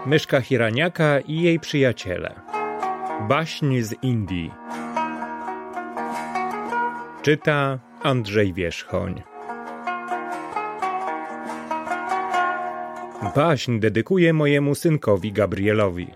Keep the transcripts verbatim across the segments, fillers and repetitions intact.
Myszka Hiraniaka i jej przyjaciele. Baśń z Indii. Czyta Andrzej Wierzchoń. Baśń dedykuję mojemu synkowi Gabrielowi.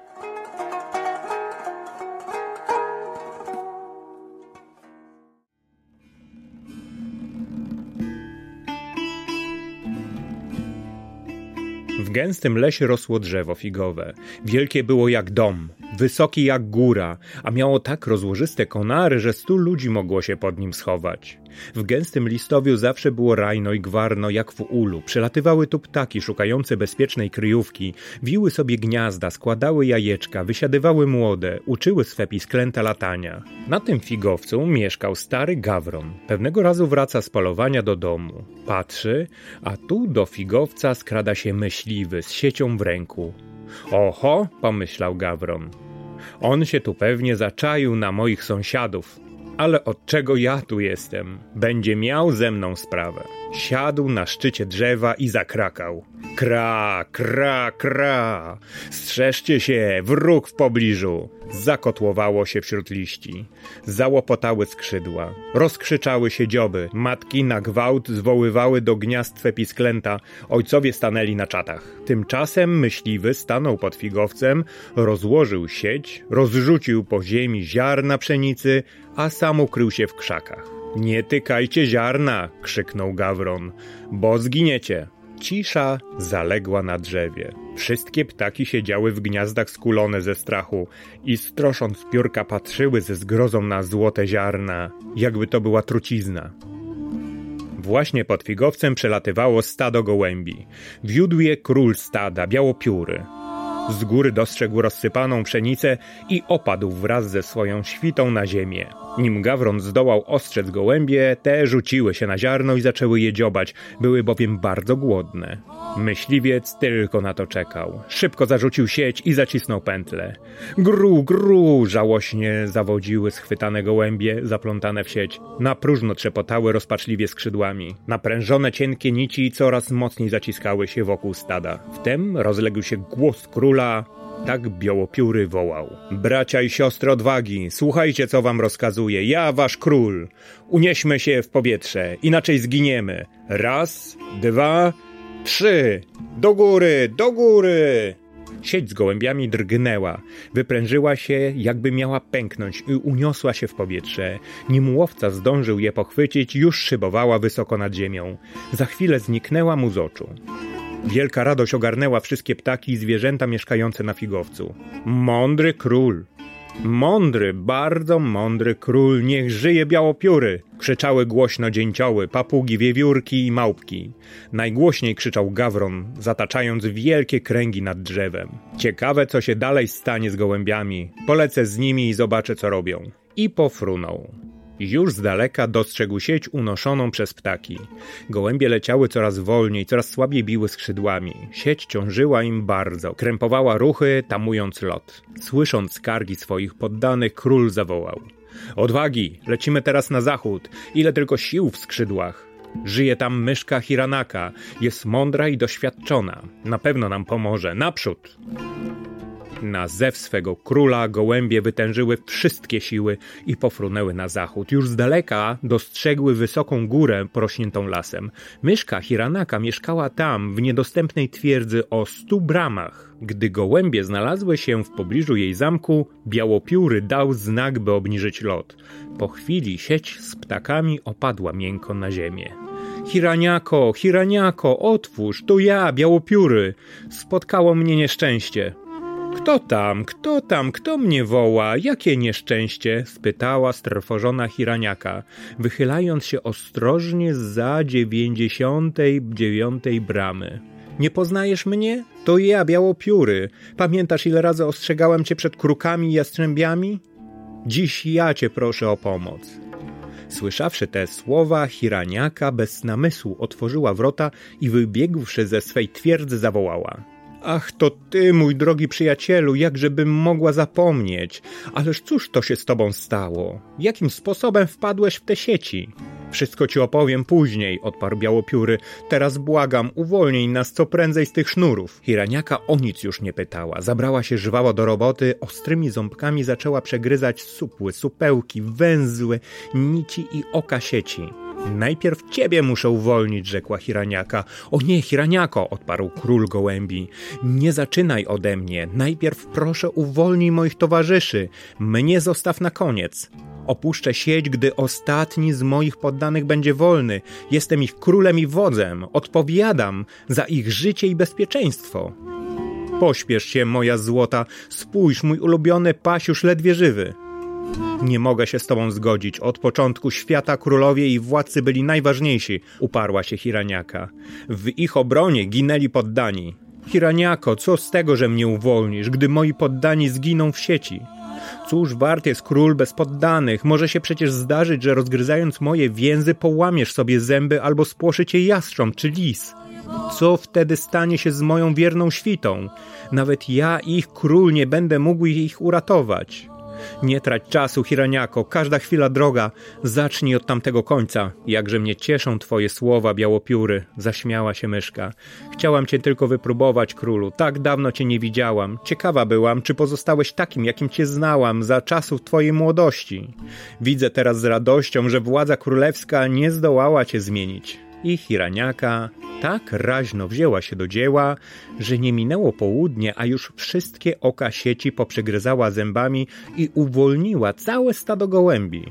W gęstym lesie rosło drzewo figowe. Wielkie było jak dom, wysokie jak góra, a miało tak rozłożyste konary, że stu ludzi mogło się pod nim schować. W gęstym listowiu zawsze było rajno i gwarno jak w ulu. Przelatywały tu ptaki szukające bezpiecznej kryjówki, wiły sobie gniazda, składały jajeczka, wysiadywały młode, uczyły swe pisklęta latania. Na tym figowcu mieszkał stary gawron. Pewnego razu wraca z polowania do domu. Patrzy, a tu do figowca skrada się myśliwy z siecią w ręku. Oho, pomyślał gawron. On się tu pewnie zaczaił na moich sąsiadów. Ale od czego ja tu jestem? Będzie miał ze mną sprawę. Siadł na szczycie drzewa i zakrakał. Kra, kra, kra. Strzeżcie się, wróg w pobliżu. Zakotłowało się wśród liści. Załopotały skrzydła. Rozkrzyczały się dzioby. Matki na gwałt zwoływały do gniazd twe pisklęta. Ojcowie stanęli na czatach. Tymczasem myśliwy stanął pod figowcem, rozłożył sieć, rozrzucił po ziemi ziarna pszenicy, a sam ukrył się w krzakach. Nie tykajcie ziarna, krzyknął gawron, bo zginiecie. Cisza zaległa na drzewie. Wszystkie ptaki siedziały w gniazdach skulone ze strachu i strosząc piórka patrzyły ze zgrozą na złote ziarna, jakby to była trucizna. Właśnie pod figowcem przelatywało stado gołębi. Wiódł je król stada, białopióry. Z góry dostrzegł rozsypaną pszenicę i opadł wraz ze swoją świtą na ziemię. Nim gawron zdołał ostrzec gołębie, te rzuciły się na ziarno i zaczęły je dziobać, były bowiem bardzo głodne. Myśliwiec tylko na to czekał. Szybko zarzucił sieć i zacisnął pętlę. Gru, gru, żałośnie zawodziły schwytane gołębie, zaplątane w sieć. Na próżno trzepotały rozpaczliwie skrzydłami. Naprężone cienkie nici coraz mocniej zaciskały się wokół stada. Wtem rozległ się głos króla. Tak białopióry wołał. Bracia i siostry odwagi, słuchajcie, co wam rozkazuję. Ja, wasz król. Unieśmy się w powietrze, inaczej zginiemy. Raz, dwa, trzy. Do góry, do góry. Sieć z gołębiami drgnęła. Wyprężyła się, jakby miała pęknąć i uniosła się w powietrze. Nim łowca zdążył je pochwycić, już szybowała wysoko nad ziemią. Za chwilę zniknęła mu z oczu. Wielka radość ogarnęła wszystkie ptaki i zwierzęta mieszkające na figowcu. Mądry król! Mądry, bardzo mądry król, niech żyje białopióry! Krzyczały głośno dzięcioły, papugi, wiewiórki i małpki. Najgłośniej krzyczał gawron, zataczając wielkie kręgi nad drzewem. Ciekawe, co się dalej stanie z gołębiami. Polecę z nimi i zobaczę, co robią. I pofrunął. Już z daleka dostrzegł sieć unoszoną przez ptaki. Gołębie leciały coraz wolniej, coraz słabiej biły skrzydłami. Sieć ciążyła im bardzo, krępowała ruchy, tamując lot. Słysząc skargi swoich poddanych, król zawołał. Odwagi, lecimy teraz na zachód, ile tylko sił w skrzydłach. Żyje tam myszka Hiranaka, jest mądra i doświadczona. Na pewno nam pomoże, naprzód! Na zew swego króla gołębie wytężyły wszystkie siły i pofrunęły na zachód. Już z daleka dostrzegły wysoką górę porośniętą lasem. Myszka Hiranaka mieszkała tam, w niedostępnej twierdzy o stu bramach. Gdy gołębie znalazły się w pobliżu jej zamku, białopióry dał znak, by obniżyć lot. Po chwili sieć z ptakami opadła miękko na ziemię. Hiraniako, Hiraniako, otwórz, to ja, białopióry. Spotkało mnie nieszczęście. Kto tam, kto tam, kto mnie woła? Jakie nieszczęście? Spytała strwożona Hiraniaka, wychylając się ostrożnie zza dziewięćdziesiątej dziewiątej bramy. Nie poznajesz mnie? To ja, białopióry. Pamiętasz, ile razy ostrzegałem cię przed krukami i jastrzębiami? Dziś ja cię proszę o pomoc. Słyszawszy te słowa, Hiraniaka bez namysłu otworzyła wrota i wybiegłszy ze swej twierdzy zawołała. Ach, to ty, mój drogi przyjacielu, jakżebym mogła zapomnieć. Ależ cóż to się z tobą stało? Jakim sposobem wpadłeś w te sieci? Wszystko ci opowiem później, odparł Białopióry. Teraz błagam, uwolnij nas co prędzej z tych sznurów. Hiraniaka o nic już nie pytała. Zabrała się żwawo do roboty, ostrymi ząbkami zaczęła przegryzać supły, supełki, węzły, nici i oka sieci. Najpierw ciebie muszę uwolnić, rzekła Hiraniaka. O nie, Hiraniako, odparł król gołębi. Nie zaczynaj ode mnie. Najpierw proszę uwolnij moich towarzyszy. Mnie zostaw na koniec. Opuszczę sieć, gdy ostatni z moich poddanych będzie wolny. Jestem ich królem i wodzem. Odpowiadam za ich życie i bezpieczeństwo. Pośpiesz się, moja złota. Spójrz, mój ulubiony pasiusz ledwie żywy. Nie mogę się z tobą zgodzić. Od początku świata królowie i władcy byli najważniejsi, uparła się Hiraniaka. W ich obronie ginęli poddani. Hiraniako, co z tego, że mnie uwolnisz, gdy moi poddani zginą w sieci? Cóż wart jest król bez poddanych? Może się przecież zdarzyć, że rozgryzając moje więzy połamiesz sobie zęby albo spłoszy cię jastrząb czy lis. Co wtedy stanie się z moją wierną świtą? Nawet ja, ich król, nie będę mógł ich uratować. Nie trać czasu, Hiraniako, każda chwila droga. Zacznij od tamtego końca. Jakże mnie cieszą twoje słowa, Białopióry, zaśmiała się myszka. Chciałam cię tylko wypróbować, królu. Tak dawno cię nie widziałam. Ciekawa byłam, czy pozostałeś takim, jakim cię znałam za czasów twojej młodości. Widzę teraz z radością, że władza królewska nie zdołała cię zmienić. I Hiraniaka tak raźno wzięła się do dzieła, że nie minęło południe, a już wszystkie oka sieci poprzegryzała zębami i uwolniła całe stado gołębi.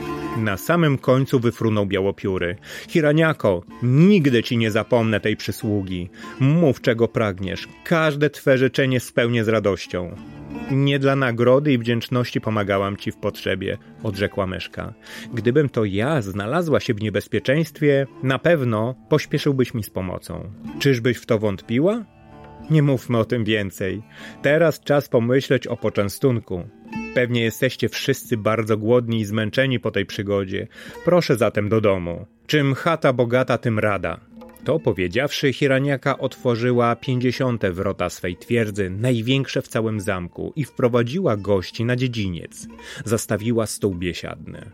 Na samym końcu wyfrunął Białopióry. Hiraniako, nigdy ci nie zapomnę tej przysługi. Mów, czego pragniesz. Każde twe życzenie spełnię z radością. Nie dla nagrody i wdzięczności pomagałam ci w potrzebie, odrzekła myszka. Gdybym to ja znalazła się w niebezpieczeństwie, na pewno pośpieszyłbyś mi z pomocą. Czyżbyś w to wątpiła? Nie mówmy o tym więcej. Teraz czas pomyśleć o poczęstunku. Pewnie jesteście wszyscy bardzo głodni i zmęczeni po tej przygodzie. Proszę zatem do domu. Czym chata bogata, tym rada. To powiedziawszy, Hiraniaka otworzyła pięćdziesiąte wrota swej twierdzy, największe w całym zamku, i wprowadziła gości na dziedziniec. Zastawiła stół biesiadny.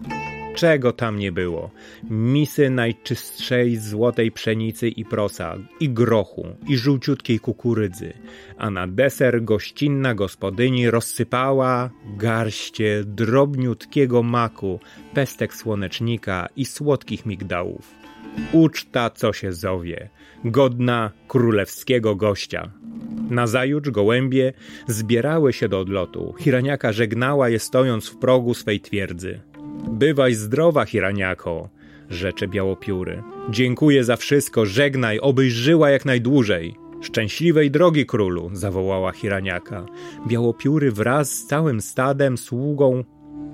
Czego tam nie było? Misy najczystszej złotej pszenicy i prosa, i grochu, i żółciutkiej kukurydzy, a na deser gościnna gospodyni rozsypała garście drobniutkiego maku, pestek słonecznika i słodkich migdałów. Uczta, co się zowie, godna królewskiego gościa. Nazajutrz gołębie zbierały się do odlotu. Hiraniaka żegnała je, stojąc w progu swej twierdzy. Bywaj zdrowa, Hiraniako, rzecze Białopióry. Dziękuję za wszystko, żegnaj, obyś żyła jak najdłużej. Szczęśliwej drogi, królu, zawołała Hiraniaka. Białopióry wraz z całym stadem sługą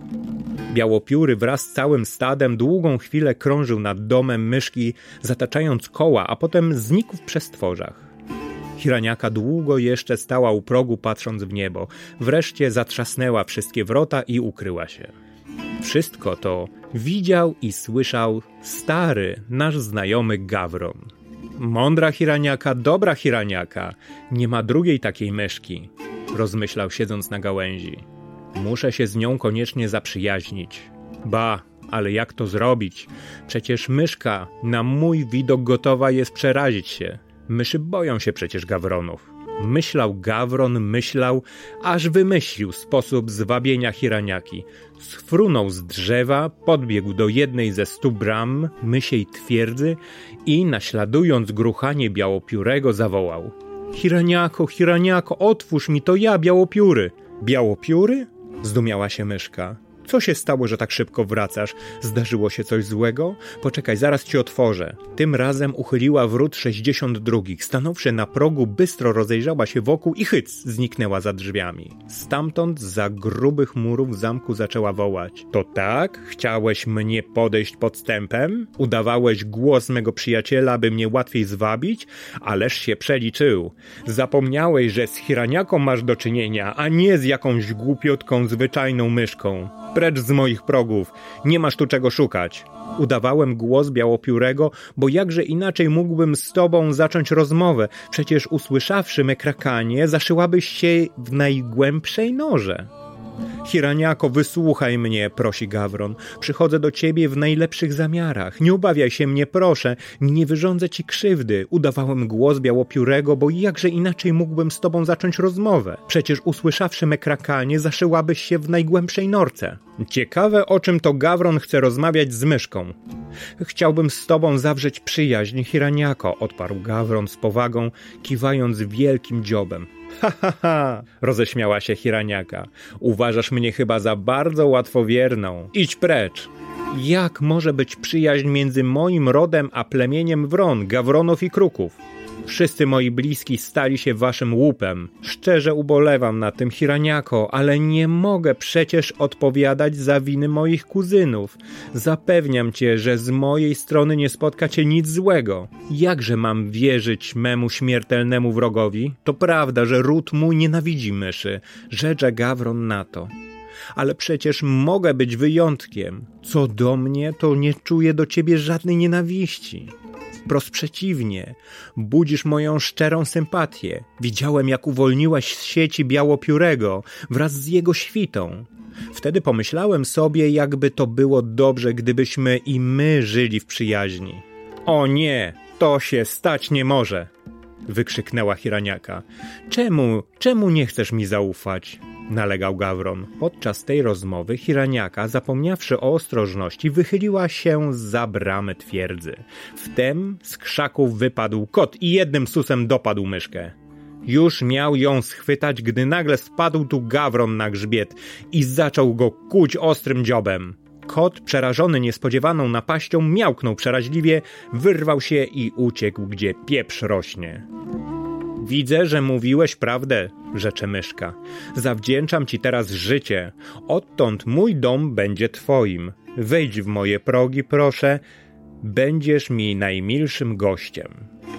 Białopióry wraz z całym stadem długą chwilę krążył nad domem myszki, zataczając koła, a potem znikł w przestworzach. Hiraniaka długo jeszcze stała u progu, patrząc w niebo. Wreszcie zatrzasnęła wszystkie wrota i ukryła się. Wszystko to widział i słyszał stary, nasz znajomy Gawron. Mądra Hiraniaka, dobra Hiraniaka, nie ma drugiej takiej myszki, rozmyślał, siedząc na gałęzi. Muszę się z nią koniecznie zaprzyjaźnić. Ba, ale jak to zrobić? Przecież myszka na mój widok gotowa jest przerazić się. Myszy boją się przecież gawronów. Myślał Gawron, myślał, aż wymyślił sposób zwabienia Hiraniaki. Sfrunął z drzewa, podbiegł do jednej ze stu bram mysiej twierdzy i, naśladując gruchanie Białopiórego, zawołał: Hiraniako, Hiraniako, otwórz mi, to ja, Białopióry. Białopióry? Zdumiała się myszka. Co się stało, że tak szybko wracasz? Zdarzyło się coś złego? Poczekaj, zaraz ci otworzę. Tym razem uchyliła wrót sześćdziesiąt drugich. Stanąwszy na progu, bystro rozejrzała się wokół i hyc, zniknęła za drzwiami. Stamtąd, zza grubych murów zamku, zaczęła wołać. To tak? Chciałeś mnie podejść podstępem? Udawałeś głos mego przyjaciela, by mnie łatwiej zwabić? Ależ się przeliczył. Zapomniałeś, że z Hiraniaką masz do czynienia, a nie z jakąś głupiutką, zwyczajną myszką. Precz z moich progów, nie masz tu czego szukać. Udawałem głos Białopiórego, bo jakże inaczej mógłbym z tobą zacząć rozmowę? Przecież usłyszawszy me krakanie, zaszyłabyś się w najgłębszej norze. Hiraniako, wysłuchaj mnie, prosi Gawron. Przychodzę do ciebie w najlepszych zamiarach. Nie obawiaj się mnie, proszę. Nie wyrządzę ci krzywdy. Udawałem głos białopiórego, bo jakże inaczej mógłbym z tobą zacząć rozmowę? Przecież usłyszawszy me krakanie, zaszyłabyś się w najgłębszej norce. Ciekawe, o czym to Gawron chce rozmawiać z myszką. Chciałbym z tobą zawrzeć przyjaźń, Hiraniako, odparł Gawron z powagą, kiwając wielkim dziobem. Ha, ha, ha, roześmiała się Hiraniaka. Uważasz mnie chyba za bardzo łatwowierną. Idź precz. Jak może być przyjaźń między moim rodem a plemieniem Wron, Gawronów i Kruków? Wszyscy moi bliski stali się waszym łupem. Szczerze ubolewam na tym, Hiraniako, ale nie mogę przecież odpowiadać za winy moich kuzynów. Zapewniam cię, że z mojej strony nie spotka cię nic złego. Jakże mam wierzyć memu śmiertelnemu wrogowi? To prawda, że ród mój nienawidzi myszy. Rzecze Gawron na to. Ale przecież mogę być wyjątkiem. Co do mnie, to nie czuję do ciebie żadnej nienawiści. Wprost przeciwnie, budzisz moją szczerą sympatię. Widziałem, jak uwolniłaś z sieci białopiórego wraz z jego świtą. Wtedy pomyślałem sobie, jakby to było dobrze, gdybyśmy i my żyli w przyjaźni. O nie, to się stać nie może, wykrzyknęła Hiraniaka. Czemu, czemu nie chcesz mi zaufać? Nalegał Gawron. Podczas tej rozmowy Hiraniaka, zapomniawszy o ostrożności, wychyliła się za bramę twierdzy. Wtem z krzaków wypadł kot i jednym susem dopadł myszkę. Już miał ją schwytać, gdy nagle spadł tu Gawron na grzbiet i zaczął go kuć ostrym dziobem. Kot, przerażony niespodziewaną napaścią, miałknął przeraźliwie, wyrwał się i uciekł, gdzie pieprz rośnie. Widzę, że mówiłeś prawdę, rzecze myszka. Zawdzięczam ci teraz życie. Odtąd mój dom będzie twoim. Wejdź w moje progi, proszę. Będziesz mi najmilszym gościem.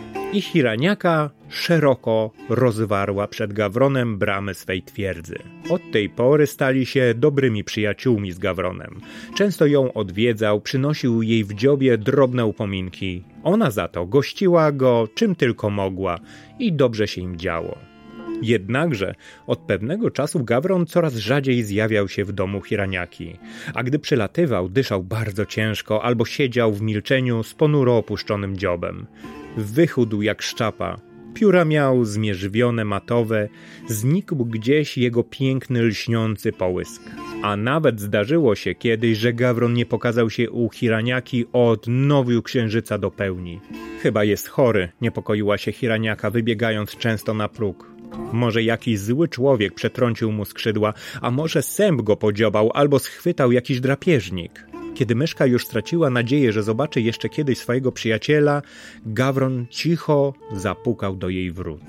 I Hiraniaka szeroko rozwarła przed Gawronem bramy swej twierdzy. Od tej pory stali się dobrymi przyjaciółmi z Gawronem. Często ją odwiedzał, przynosił jej w dziobie drobne upominki. Ona za to gościła go czym tylko mogła i dobrze się im działo. Jednakże od pewnego czasu Gawron coraz rzadziej zjawiał się w domu Hiraniaki, a gdy przylatywał, dyszał bardzo ciężko albo siedział w milczeniu z ponuro opuszczonym dziobem. Wychudł jak szczapa, pióra miał zmierzwione matowe, znikł gdzieś jego piękny, lśniący połysk. A nawet zdarzyło się kiedyś, że Gawron nie pokazał się u Hiraniaki od nowiu księżyca do pełni. Chyba jest chory, niepokoiła się Hiraniaka, wybiegając często na próg. Może jakiś zły człowiek przetrącił mu skrzydła, a może sęp go podziobał albo schwytał jakiś drapieżnik. Kiedy myszka już straciła nadzieję, że zobaczy jeszcze kiedyś swojego przyjaciela, Gawron cicho zapukał do jej wrót.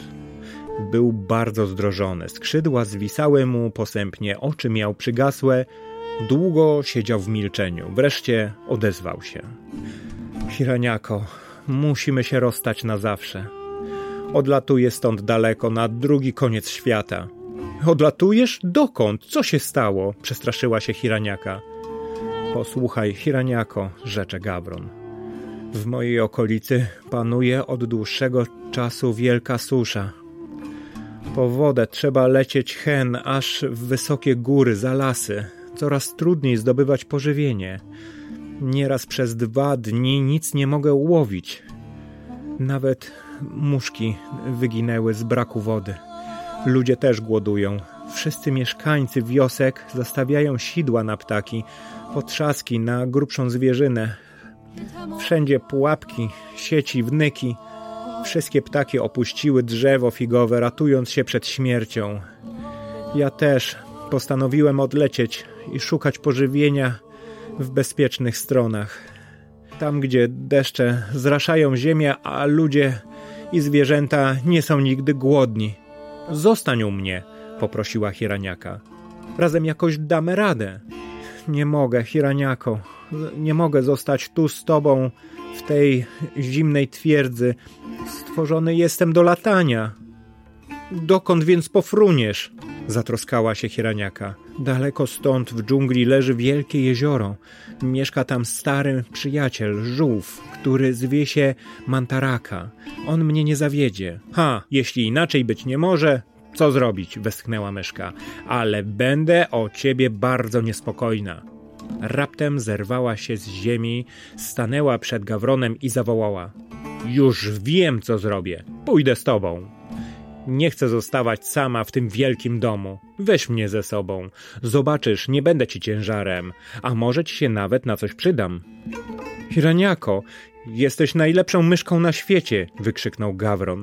Był bardzo zdrożony, skrzydła zwisały mu posępnie, oczy miał przygasłe. Długo siedział w milczeniu, wreszcie odezwał się. Hiraniako, musimy się rozstać na zawsze. Odlatuję stąd daleko, na drugi koniec świata. Odlatujesz? Dokąd? Co się stało? Przestraszyła się Hiraniaka. Posłuchaj, Hiraniako, rzecze Gawron. W mojej okolicy panuje od dłuższego czasu wielka susza. Po wodę trzeba lecieć hen aż w wysokie góry, za lasy. Coraz trudniej zdobywać pożywienie. Nieraz przez dwa dni nic nie mogę łowić. Nawet muszki wyginęły z braku wody. Ludzie też głodują. Wszyscy mieszkańcy wiosek zastawiają sidła na ptaki, potrzaski na grubszą zwierzynę. Wszędzie pułapki, sieci, wnyki. Wszystkie ptaki opuściły drzewo figowe, ratując się przed śmiercią. Ja też postanowiłem odlecieć i szukać pożywienia w bezpiecznych stronach. Tam, gdzie deszcze zraszają ziemię, a ludzie i zwierzęta nie są nigdy głodni. Zostań u mnie, poprosiła Hiraniaka. Razem jakoś damy radę. Nie mogę, Hiraniako. Nie mogę zostać tu z tobą w tej zimnej twierdzy. Stworzony jestem do latania. Dokąd więc pofruniesz? Zatroskała się Hiraniaka. Daleko stąd w dżungli leży wielkie jezioro. Mieszka tam stary przyjaciel, żółw, który zwie się Mantaraka. On mnie nie zawiedzie. Ha, jeśli inaczej być nie może, Co zrobić? Westchnęła myszka. Ale będę o ciebie bardzo niespokojna. Raptem zerwała się z ziemi, stanęła przed Gawronem i zawołała. Już wiem, co zrobię. Pójdę z tobą. Nie chcę zostawać sama w tym wielkim domu. Weź mnie ze sobą. Zobaczysz, nie będę ci ciężarem, a może ci się nawet na coś przydam. Hiraniako, jesteś najlepszą myszką na świecie, wykrzyknął Gawron.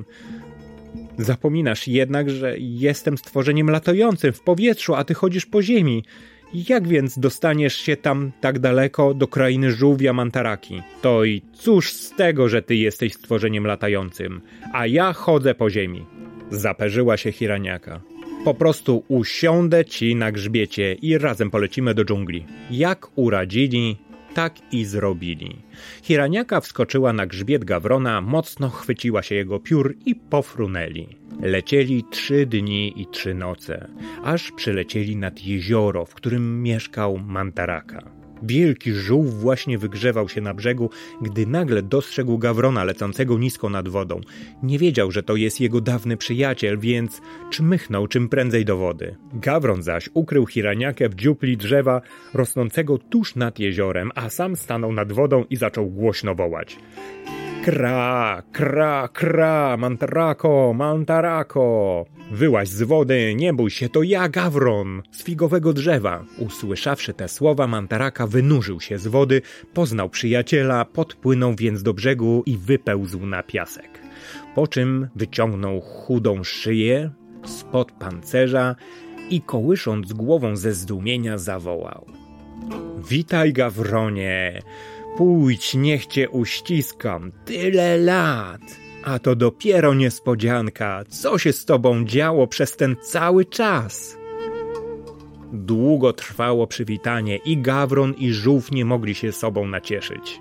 Zapominasz jednak, że jestem stworzeniem latającym w powietrzu, a ty chodzisz po ziemi. Jak więc dostaniesz się tam tak daleko do krainy żółwia Mantaraki? To i cóż z tego, że ty jesteś stworzeniem latającym, a ja chodzę po ziemi. Zaperzyła się Hiraniaka. Po prostu usiądę ci na grzbiecie i razem polecimy do dżungli. Jak uradzili, tak i zrobili. Hiraniaka wskoczyła na grzbiet Gawrona, mocno chwyciła się jego piór i pofrunęli. Lecieli trzy dni i trzy noce, aż przylecieli nad jezioro, w którym mieszkał Mantaraka. Wielki żółw właśnie wygrzewał się na brzegu, gdy nagle dostrzegł Gawrona lecącego nisko nad wodą. Nie wiedział, że to jest jego dawny przyjaciel, więc czmychnął czym prędzej do wody. Gawron zaś ukrył Hiraniakę w dziupli drzewa rosnącego tuż nad jeziorem, a sam stanął nad wodą i zaczął głośno wołać. Kra, kra, kra, Mantarako, Mantarako! Wyłaź z wody, nie bój się, to ja, Gawron, z figowego drzewa. Usłyszawszy te słowa, Mantaraka wynurzył się z wody, poznał przyjaciela, podpłynął więc do brzegu i wypełzł na piasek. Po czym wyciągnął chudą szyję spod pancerza i kołysząc głową ze zdumienia zawołał. Witaj, Gawronie! Pójdź, niech cię uściskam. Tyle lat! A to dopiero niespodzianka. Co się z tobą działo przez ten cały czas? Długo trwało przywitanie i Gawron i żółw nie mogli się sobą nacieszyć.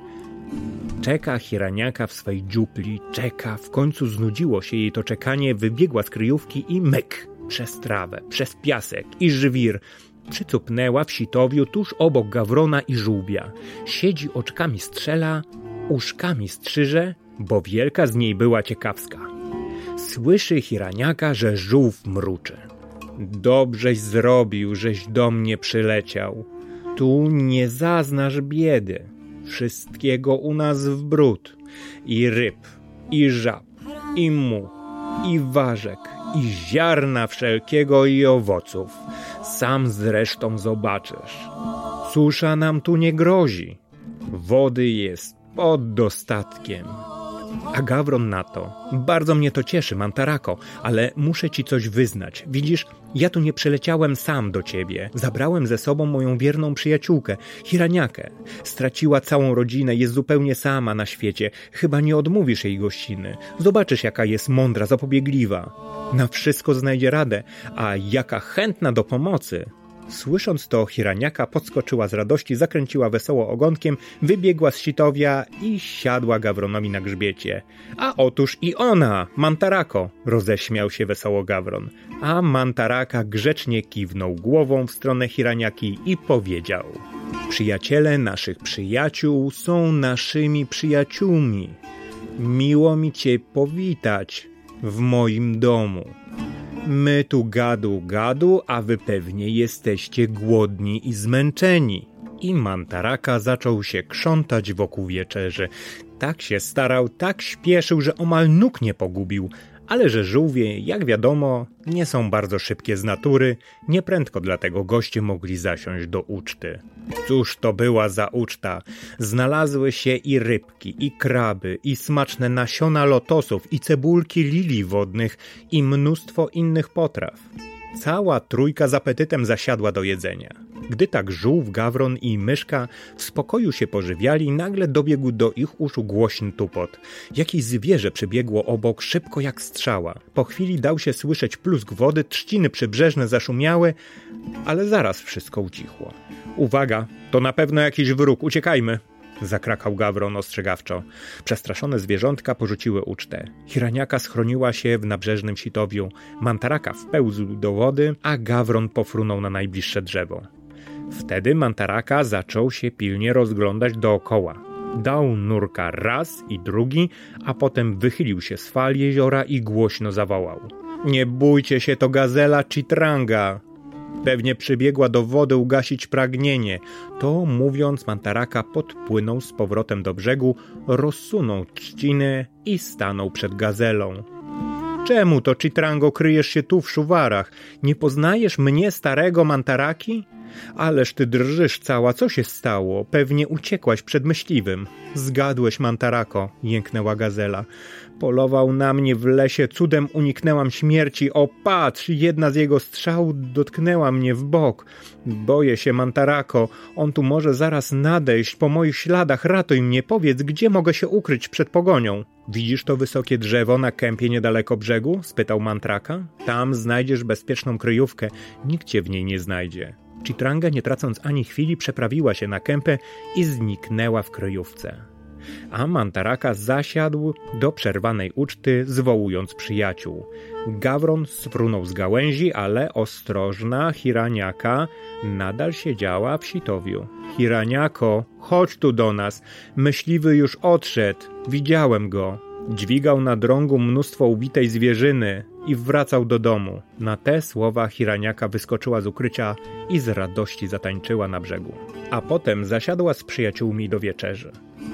Czeka Hiraniaka w swej dziupli, czeka. W końcu znudziło się jej to czekanie, wybiegła z kryjówki i myk. Przez trawę, przez piasek i żwir. Przycupnęła w sitowiu tuż obok Gawrona i żółwia. Siedzi, oczkami strzela, uszkami strzyże, bo wielka z niej była ciekawska. Słyszy Hiraniaka, że żółw mruczy. Dobrześ zrobił, żeś do mnie przyleciał. Tu nie zaznasz biedy. Wszystkiego u nas w bród. I ryb, i żab, i much, i ważek, i ziarna wszelkiego i owoców. Sam zresztą zobaczysz. Susza nam tu nie grozi. Wody jest pod dostatkiem. A Gawron na to. Bardzo mnie to cieszy, Mantarako, ale muszę ci coś wyznać. Widzisz, ja tu nie przyleciałem sam do ciebie. Zabrałem ze sobą moją wierną przyjaciółkę, Hiraniakę. Straciła całą rodzinę, jest zupełnie sama na świecie. Chyba nie odmówisz jej gościny. Zobaczysz, jaka jest mądra, zapobiegliwa. Na wszystko znajdzie radę, a jaka chętna do pomocy. Słysząc to, Hiraniaka podskoczyła z radości, zakręciła wesoło ogonkiem, wybiegła z sitowia i siadła Gawronowi na grzbiecie. A otóż i ona, Mantarako, roześmiał się wesoło Gawron. A Mantaraka grzecznie kiwnął głową w stronę Hiraniaki i powiedział: Przyjaciele naszych przyjaciół są naszymi przyjaciółmi. Miło mi cię powitać w moim domu. My tu gadu gadu, a wy pewnie jesteście głodni i zmęczeni. I Mantaraka zaczął się krzątać wokół wieczerzy. Tak się starał, tak śpieszył, że omal nóg nie pogubił. Ale że żółwie, jak wiadomo, nie są bardzo szybkie z natury, nieprędko dlatego goście mogli zasiąść do uczty. Cóż to była za uczta? Znalazły się i rybki, i kraby, i smaczne nasiona lotosów, i cebulki lilii wodnych, i mnóstwo innych potraw. Cała trójka z apetytem zasiadła do jedzenia. Gdy tak żółw, Gawron i myszka w spokoju się pożywiali, nagle dobiegł do ich uszu głośny tupot. Jakieś zwierzę przybiegło obok szybko jak strzała. Po chwili dał się słyszeć plusk wody, trzciny przybrzeżne zaszumiały, ale zaraz wszystko ucichło. Uwaga, to na pewno jakiś wróg, uciekajmy! Zakrakał Gawron ostrzegawczo. Przestraszone zwierzątka porzuciły ucztę. Hiraniaka schroniła się w nabrzeżnym sitowiu. Mantaraka wpełzł do wody, a Gawron pofrunął na najbliższe drzewo. Wtedy Mantaraka zaczął się pilnie rozglądać dookoła. Dał nurka raz i drugi, a potem wychylił się z fal jeziora i głośno zawołał. Nie bójcie się, to gazela Chitranga. Pewnie przybiegła do wody ugasić pragnienie. To mówiąc, Mantaraka podpłynął z powrotem do brzegu, rozsunął trzcinę i stanął przed gazelą. Czemu to, Chitrango, kryjesz się tu w szuwarach? Nie poznajesz mnie, starego Mantaraki? Ależ ty drżysz cała, co się stało? Pewnie uciekłaś przed myśliwym. Zgadłeś, Mantarako, jęknęła gazela. Polował na mnie w lesie, cudem uniknęłam śmierci. O, patrz, jedna z jego strzał dotknęła mnie w bok. Boję się, Mantarako, on tu może zaraz nadejść. Po moich śladach ratuj mnie, powiedz, gdzie mogę się ukryć przed pogonią? Widzisz to wysokie drzewo na kępie niedaleko brzegu? Spytał Mantaraka. Tam znajdziesz bezpieczną kryjówkę. Nikt cię w niej nie znajdzie. Chitranga, nie tracąc ani chwili, przeprawiła się na kępę i zniknęła w kryjówce. A Mantaraka zasiadł do przerwanej uczty, zwołując przyjaciół. Gawron sfrunął z gałęzi, ale ostrożna Hiraniaka nadal siedziała w sitowiu. Hiraniako, chodź tu do nas. Myśliwy już odszedł. Widziałem go. Dźwigał na drągu mnóstwo ubitej zwierzyny i wracał do domu. Na te słowa Hiraniaka wyskoczyła z ukrycia i z radości zatańczyła na brzegu. A potem zasiadła z przyjaciółmi do wieczerzy.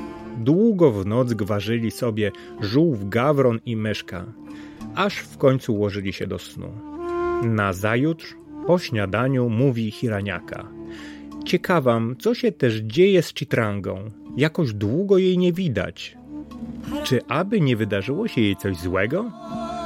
Długo w noc gwarzyli sobie żółw, gawron i myszka, aż w końcu ułożyli się do snu. Nazajutrz, po śniadaniu, mówi Hiraniaka. Ciekawam, co się też dzieje z Chitrangą. Jakoś długo jej nie widać. Czy aby nie wydarzyło się jej coś złego?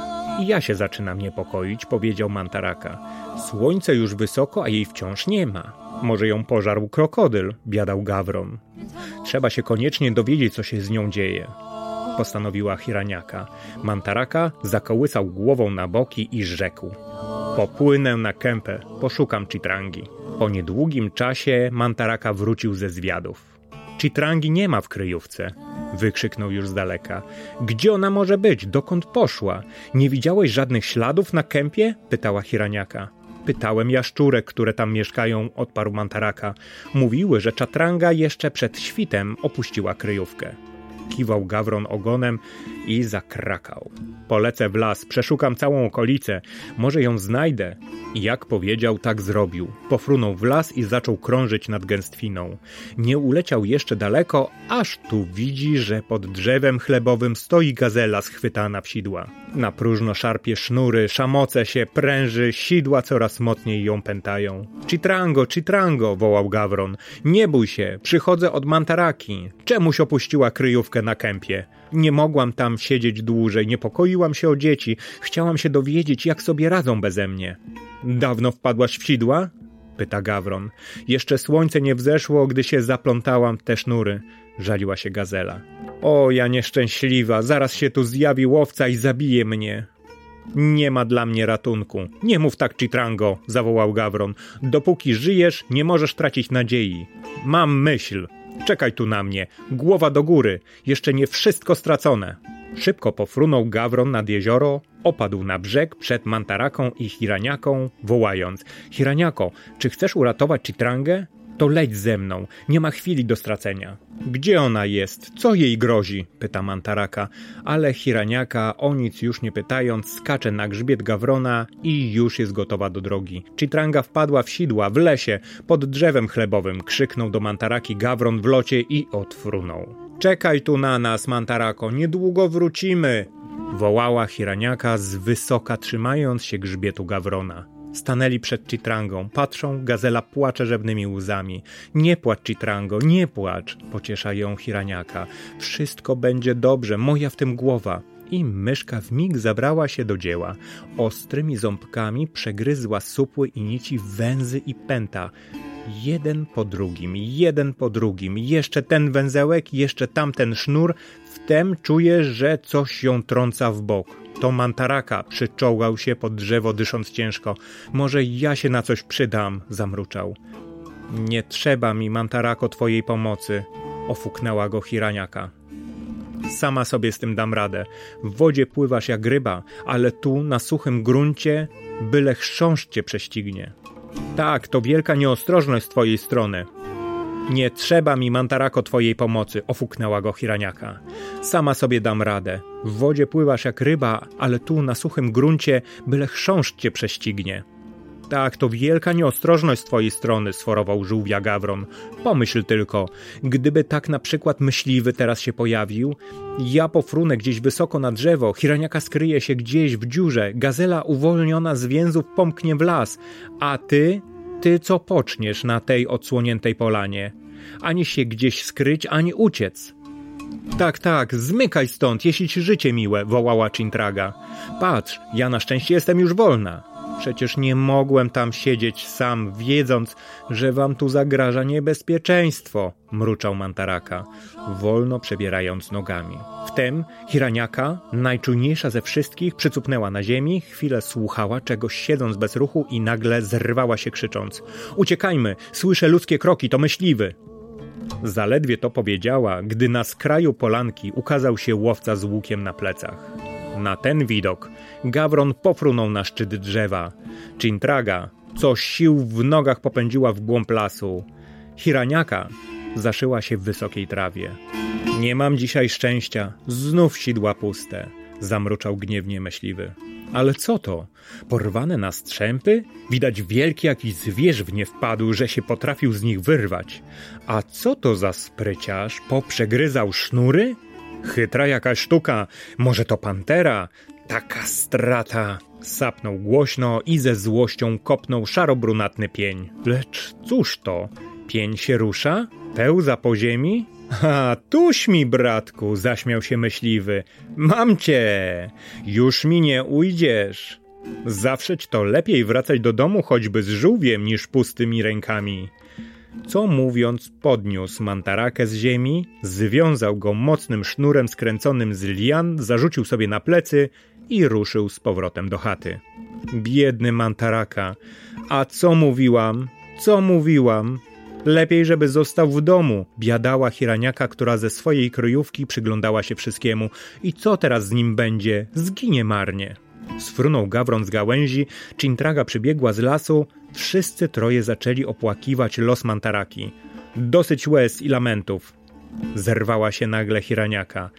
I ja się zaczynam niepokoić, powiedział Mantaraka. Słońce już wysoko, a jej wciąż nie ma. Może ją pożarł krokodyl, biadał Gawron. Trzeba się koniecznie dowiedzieć, co się z nią dzieje, postanowiła Hiraniaka. Mantaraka zakołysał głową na boki i rzekł. Popłynę na kępę, poszukam Chitrangi. Po niedługim czasie Mantaraka wrócił ze zwiadów. Chitrangi nie ma w kryjówce, wykrzyknął już z daleka. Gdzie ona może być? Dokąd poszła? Nie widziałeś żadnych śladów na kępie? Pytała Hiraniaka. Pytałem jaszczurek, które tam mieszkają, odparł Mantaraka. Mówiły, że Chitranga jeszcze przed świtem opuściła kryjówkę. Kiwał Gawron ogonem i zakrakał. Polecę w las, przeszukam całą okolicę, może ją znajdę. I jak powiedział, tak zrobił. Pofrunął w las i zaczął krążyć nad gęstwiną. Nie uleciał jeszcze daleko, aż tu widzi, że pod drzewem chlebowym stoi gazela schwytana w sidła. Na próżno szarpie sznury, szamoce się, pręży, sidła coraz mocniej ją pętają. Chitrango, Chitrango, wołał Gawron. Nie bój się, przychodzę od Mantaraki. Czemuś opuściła kryjówkę na kępie? Nie mogłam tam siedzieć dłużej, niepokoiłam się o dzieci. Chciałam się dowiedzieć, jak sobie radzą beze mnie. Dawno wpadłaś w sidła? Pyta Gawron. Jeszcze słońce nie wzeszło, gdy się zaplątałam te sznury. Żaliła się gazela. O, ja nieszczęśliwa, zaraz się tu zjawi łowca i zabije mnie. Nie ma dla mnie ratunku. Nie mów tak, Chitrango, zawołał Gawron. Dopóki żyjesz, nie możesz tracić nadziei. Mam myśl. Czekaj tu na mnie. Głowa do góry. Jeszcze nie wszystko stracone. Szybko pofrunął Gawron nad jezioro, opadł na brzeg przed Mantaraką i Hiraniaką, wołając. Hiraniako, czy chcesz uratować Chitrangę? To leć ze mną, nie ma chwili do stracenia. Gdzie ona jest? Co jej grozi? Pyta Mantaraka, ale Hiraniaka, o nic już nie pytając, skacze na grzbiet Gawrona i już jest gotowa do drogi. Chitranga wpadła w sidła, w lesie, pod drzewem chlebowym, krzyknął do Mantaraki Gawron w locie i odfrunął. Czekaj tu na nas, Mantarako, niedługo wrócimy, wołała Hiraniaka z wysoka, trzymając się grzbietu Gawrona. Stanęli przed Chitrangą, patrzą, gazela płacze rzewnymi łzami. Nie płacz, Chitrango, nie płacz, pociesza ją Hiraniaka. Wszystko będzie dobrze, moja w tym głowa. I myszka wmig zabrała się do dzieła. Ostrymi ząbkami przegryzła supły i nici węzy i pęta. Jeden po drugim, jeden po drugim, jeszcze ten węzełek, jeszcze tamten sznur, wtem czuje, że coś ją trąca w bok. To Mantaraka przyczołgał się pod drzewo, dysząc ciężko. Może ja się na coś przydam, zamruczał. Nie trzeba mi, Mantarako, twojej pomocy, ofuknęła go Hiraniaka. Sama sobie z tym dam radę. W wodzie pływasz jak ryba, ale tu, na suchym gruncie, byle chrząszcz cię prześcignie. Tak, to wielka nieostrożność z twojej strony. Nie trzeba mi, Mantarako, twojej pomocy, ofuknęła go Hiraniaka. Sama sobie dam radę. W wodzie pływasz jak ryba, ale tu na suchym gruncie byle chrząszcz cię prześcignie. Tak, to wielka nieostrożność z twojej strony, sforował żółwia Gawron. Pomyśl tylko, gdyby tak na przykład myśliwy teraz się pojawił, ja pofrunę gdzieś wysoko na drzewo, Hiraniaka skryje się gdzieś w dziurze, gazela uwolniona z więzów pomknie w las, a ty, ty co poczniesz na tej odsłoniętej polanie? Ani się gdzieś skryć, ani uciec. Tak, tak, zmykaj stąd, jeśli ci życie miłe, wołała Chintraga. Patrz, ja na szczęście jestem już wolna. Przecież nie mogłem tam siedzieć sam, wiedząc, że wam tu zagraża niebezpieczeństwo, mruczał Mantaraka, wolno przebierając nogami. Wtem Hiraniaka, najczujniejsza ze wszystkich, przycupnęła na ziemi, chwilę słuchała czegoś siedząc bez ruchu i nagle zerwała się krzycząc. Uciekajmy, słyszę ludzkie kroki, to myśliwy. Zaledwie to powiedziała, gdy na skraju polanki ukazał się łowca z łukiem na plecach. Na ten widok Gawron pofrunął na szczyt drzewa. Chintraga, co sił w nogach, popędziła w głąb lasu. Hiraniaka zaszyła się w wysokiej trawie. Nie mam dzisiaj szczęścia, znów sidła puste, zamruczał gniewnie myśliwy. Ale co to? Porwane na strzępy? Widać wielki jakiś zwierz w nie wpadł, że się potrafił z nich wyrwać. A co to za spryciarz? Poprzegryzał sznury? Chytra jakaś sztuka, może to pantera? Taka strata! Sapnął głośno i ze złością kopnął szarobrunatny pień. Lecz cóż to? Pień się rusza? Pełza po ziemi? Ha, tuś mi, bratku, zaśmiał się myśliwy. Mam cię! Już mi nie ujdziesz. Zawszeć to lepiej wracać do domu choćby z żółwiem niż pustymi rękami. Co mówiąc, podniósł Mantarakę z ziemi, związał go mocnym sznurem skręconym z lian, zarzucił sobie na plecy i ruszył z powrotem do chaty. Biedny Mantaraka, a co mówiłam, co mówiłam? Lepiej, żeby został w domu, biadała Hiraniaka, która ze swojej kryjówki przyglądała się wszystkiemu. I co teraz z nim będzie? Zginie marnie. Sfrunął Gawron z gałęzi, Chintraga przybiegła z lasu, wszyscy troje zaczęli opłakiwać los Mantaraki. Dosyć łez i lamentów. Zerwała się nagle Hiraniaka.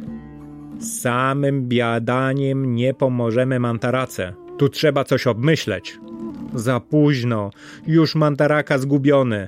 Samym biadaniem nie pomożemy Mantarace. Tu trzeba coś obmyśleć. Za późno, już Mantaraka zgubiony,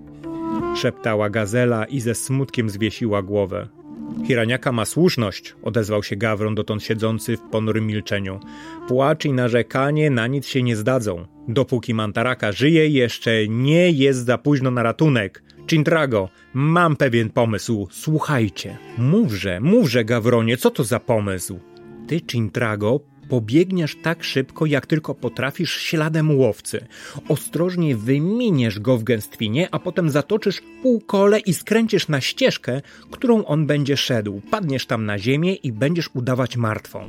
szeptała gazela i ze smutkiem zwiesiła głowę. Hiraniaka ma słuszność, odezwał się Gawron, dotąd siedzący w ponurym milczeniu. Płacz i narzekanie na nic się nie zdadzą. Dopóki Mantaraka żyje, jeszcze nie jest za późno na ratunek. Chintrago, mam pewien pomysł, słuchajcie. Mówże, mówże, Gawronie, co to za pomysł? Ty, Chintrago, pobiegniesz tak szybko, jak tylko potrafisz śladem łowcy. Ostrożnie wyminiesz go w gęstwinie, a potem zatoczysz półkole i skręcisz na ścieżkę, którą on będzie szedł. Padniesz tam na ziemię i będziesz udawać martwą.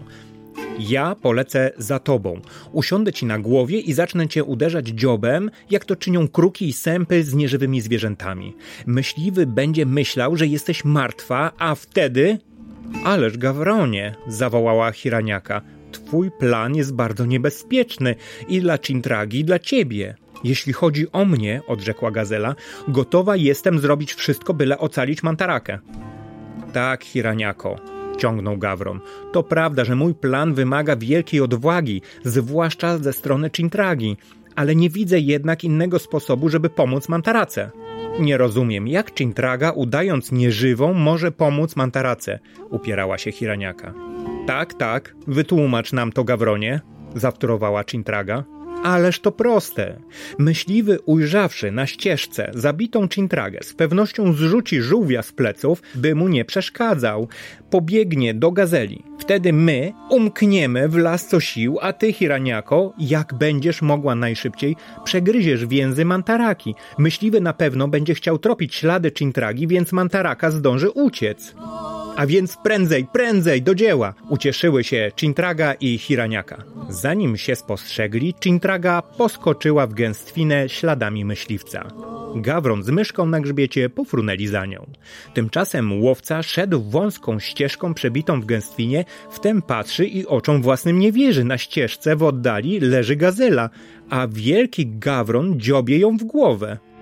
Ja polecę za tobą. Usiądę ci na głowie i zacznę cię uderzać dziobem, jak to czynią kruki i sępy z nieżywymi zwierzętami. Myśliwy będzie myślał, że jesteś martwa, a wtedy... Ależ, Gawronie, zawołała Hiraniaka, twój plan jest bardzo niebezpieczny i dla Chintragi, i dla ciebie. Jeśli chodzi o mnie, odrzekła gazela, gotowa jestem zrobić wszystko, byle ocalić Mantarakę. Tak, Hiraniako, ciągnął Gawron. To prawda, że mój plan wymaga wielkiej odwagi, zwłaszcza ze strony Chintragi, ale nie widzę jednak innego sposobu, żeby pomóc Mantarace. Nie rozumiem, jak Chintraga, udając nieżywą, może pomóc Mantarace, upierała się Hiraniaka. Tak, tak, wytłumacz nam to, Gawronie, zawtórowała Chintraga. Ależ to proste. Myśliwy, ujrzawszy na ścieżce zabitą Chintragę, z pewnością zrzuci żółwia z pleców, by mu nie przeszkadzał. Pobiegnie do gazeli. Wtedy my umkniemy w las co sił, a ty, Hiraniako, jak będziesz mogła najszybciej, przegryziesz więzy Mantaraki. Myśliwy na pewno będzie chciał tropić ślady Chintragi, więc Mantaraka zdąży uciec. A więc prędzej, prędzej, do dzieła! Ucieszyły się Chintraga i Hiraniaka. Zanim się spostrzegli, Chintraga poskoczyła w gęstwinę śladami myśliwca. Gawron z myszką na grzbiecie pofrunęli za nią. Tymczasem łowca szedł wąską ścieżką przebitą w gęstwinie, wtem patrzy i oczom własnym nie wierzy. Na ścieżce w oddali leży gazela, a wielki Gawron dziobie ją w głowę.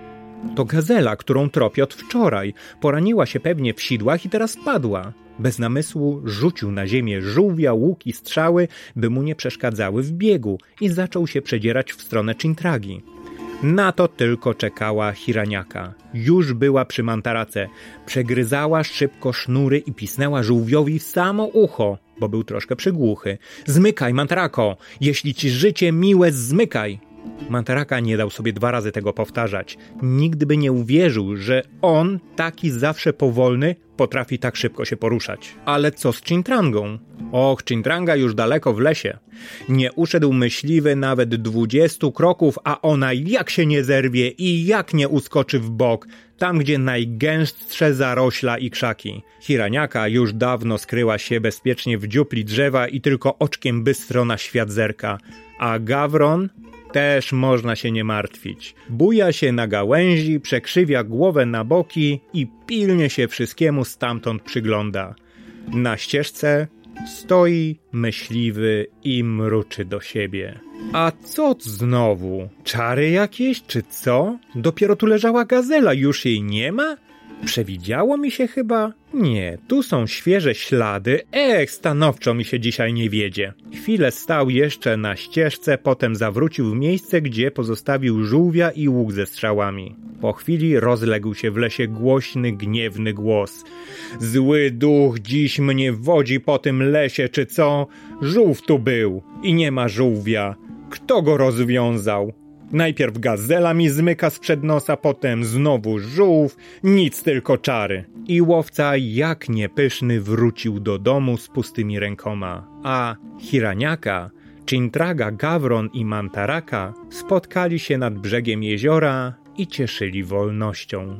To gazela, którą tropi od wczoraj. Poraniła się pewnie w sidłach i teraz padła. Bez namysłu rzucił na ziemię żółwia, łuk i strzały, by mu nie przeszkadzały w biegu i zaczął się przedzierać w stronę Cintragi. Na to tylko czekała Hiraniaka. Już była przy Mantarace. Przegryzała szybko sznury i pisnęła żółwiowi w samo ucho, bo był troszkę przygłuchy. Zmykaj, Mantarako! Jeśli ci życie miłe, zmykaj! Mantaraka nie dał sobie dwa razy tego powtarzać. Nigdy by nie uwierzył, że on, taki zawsze powolny, potrafi tak szybko się poruszać. Ale co z Cintrangą? Och, Cintranga już daleko w lesie. Nie uszedł myśliwy nawet dwudziestu kroków, a ona jak się nie zerwie i jak nie uskoczy w bok, tam gdzie najgęstsze zarośla i krzaki. Hiraniaka już dawno skryła się bezpiecznie w dziupli drzewa i tylko oczkiem bystro na świat zerka. A Gawron? Też można się nie martwić. Buja się na gałęzi, przekrzywia głowę na boki i pilnie się wszystkiemu stamtąd przygląda. Na ścieżce stoi myśliwy i mruczy do siebie. A co znowu? Czary jakieś, czy co? Dopiero tu leżała gazela, już jej nie ma? Przewidziało mi się chyba? Nie, tu są świeże ślady. Ech, stanowczo mi się dzisiaj nie wiedzie. Chwilę stał jeszcze na ścieżce, potem zawrócił w miejsce, gdzie pozostawił żółwia i łuk ze strzałami. Po chwili rozległ się w lesie głośny, gniewny głos. Zły duch dziś mnie wodzi po tym lesie, czy co? Żółw tu był i nie ma żółwia. Kto go rozwiązał? Najpierw gazela mi zmyka sprzed nosa, potem znowu żółw, nic tylko czary. I łowca jak niepyszny wrócił do domu z pustymi rękoma. A Hiraniaka, Cintraga, Gawron i Mantaraka spotkali się nad brzegiem jeziora i cieszyli wolnością.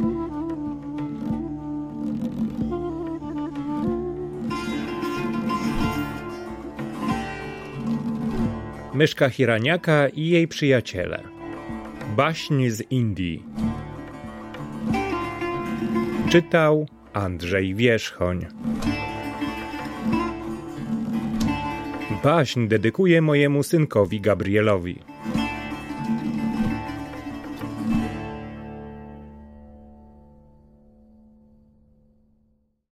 Myszka Hiraniaka i jej przyjaciele. Baśń z Indii. Czytał Andrzej Wierzchoń. Baśń dedykuję mojemu synkowi Gabrielowi.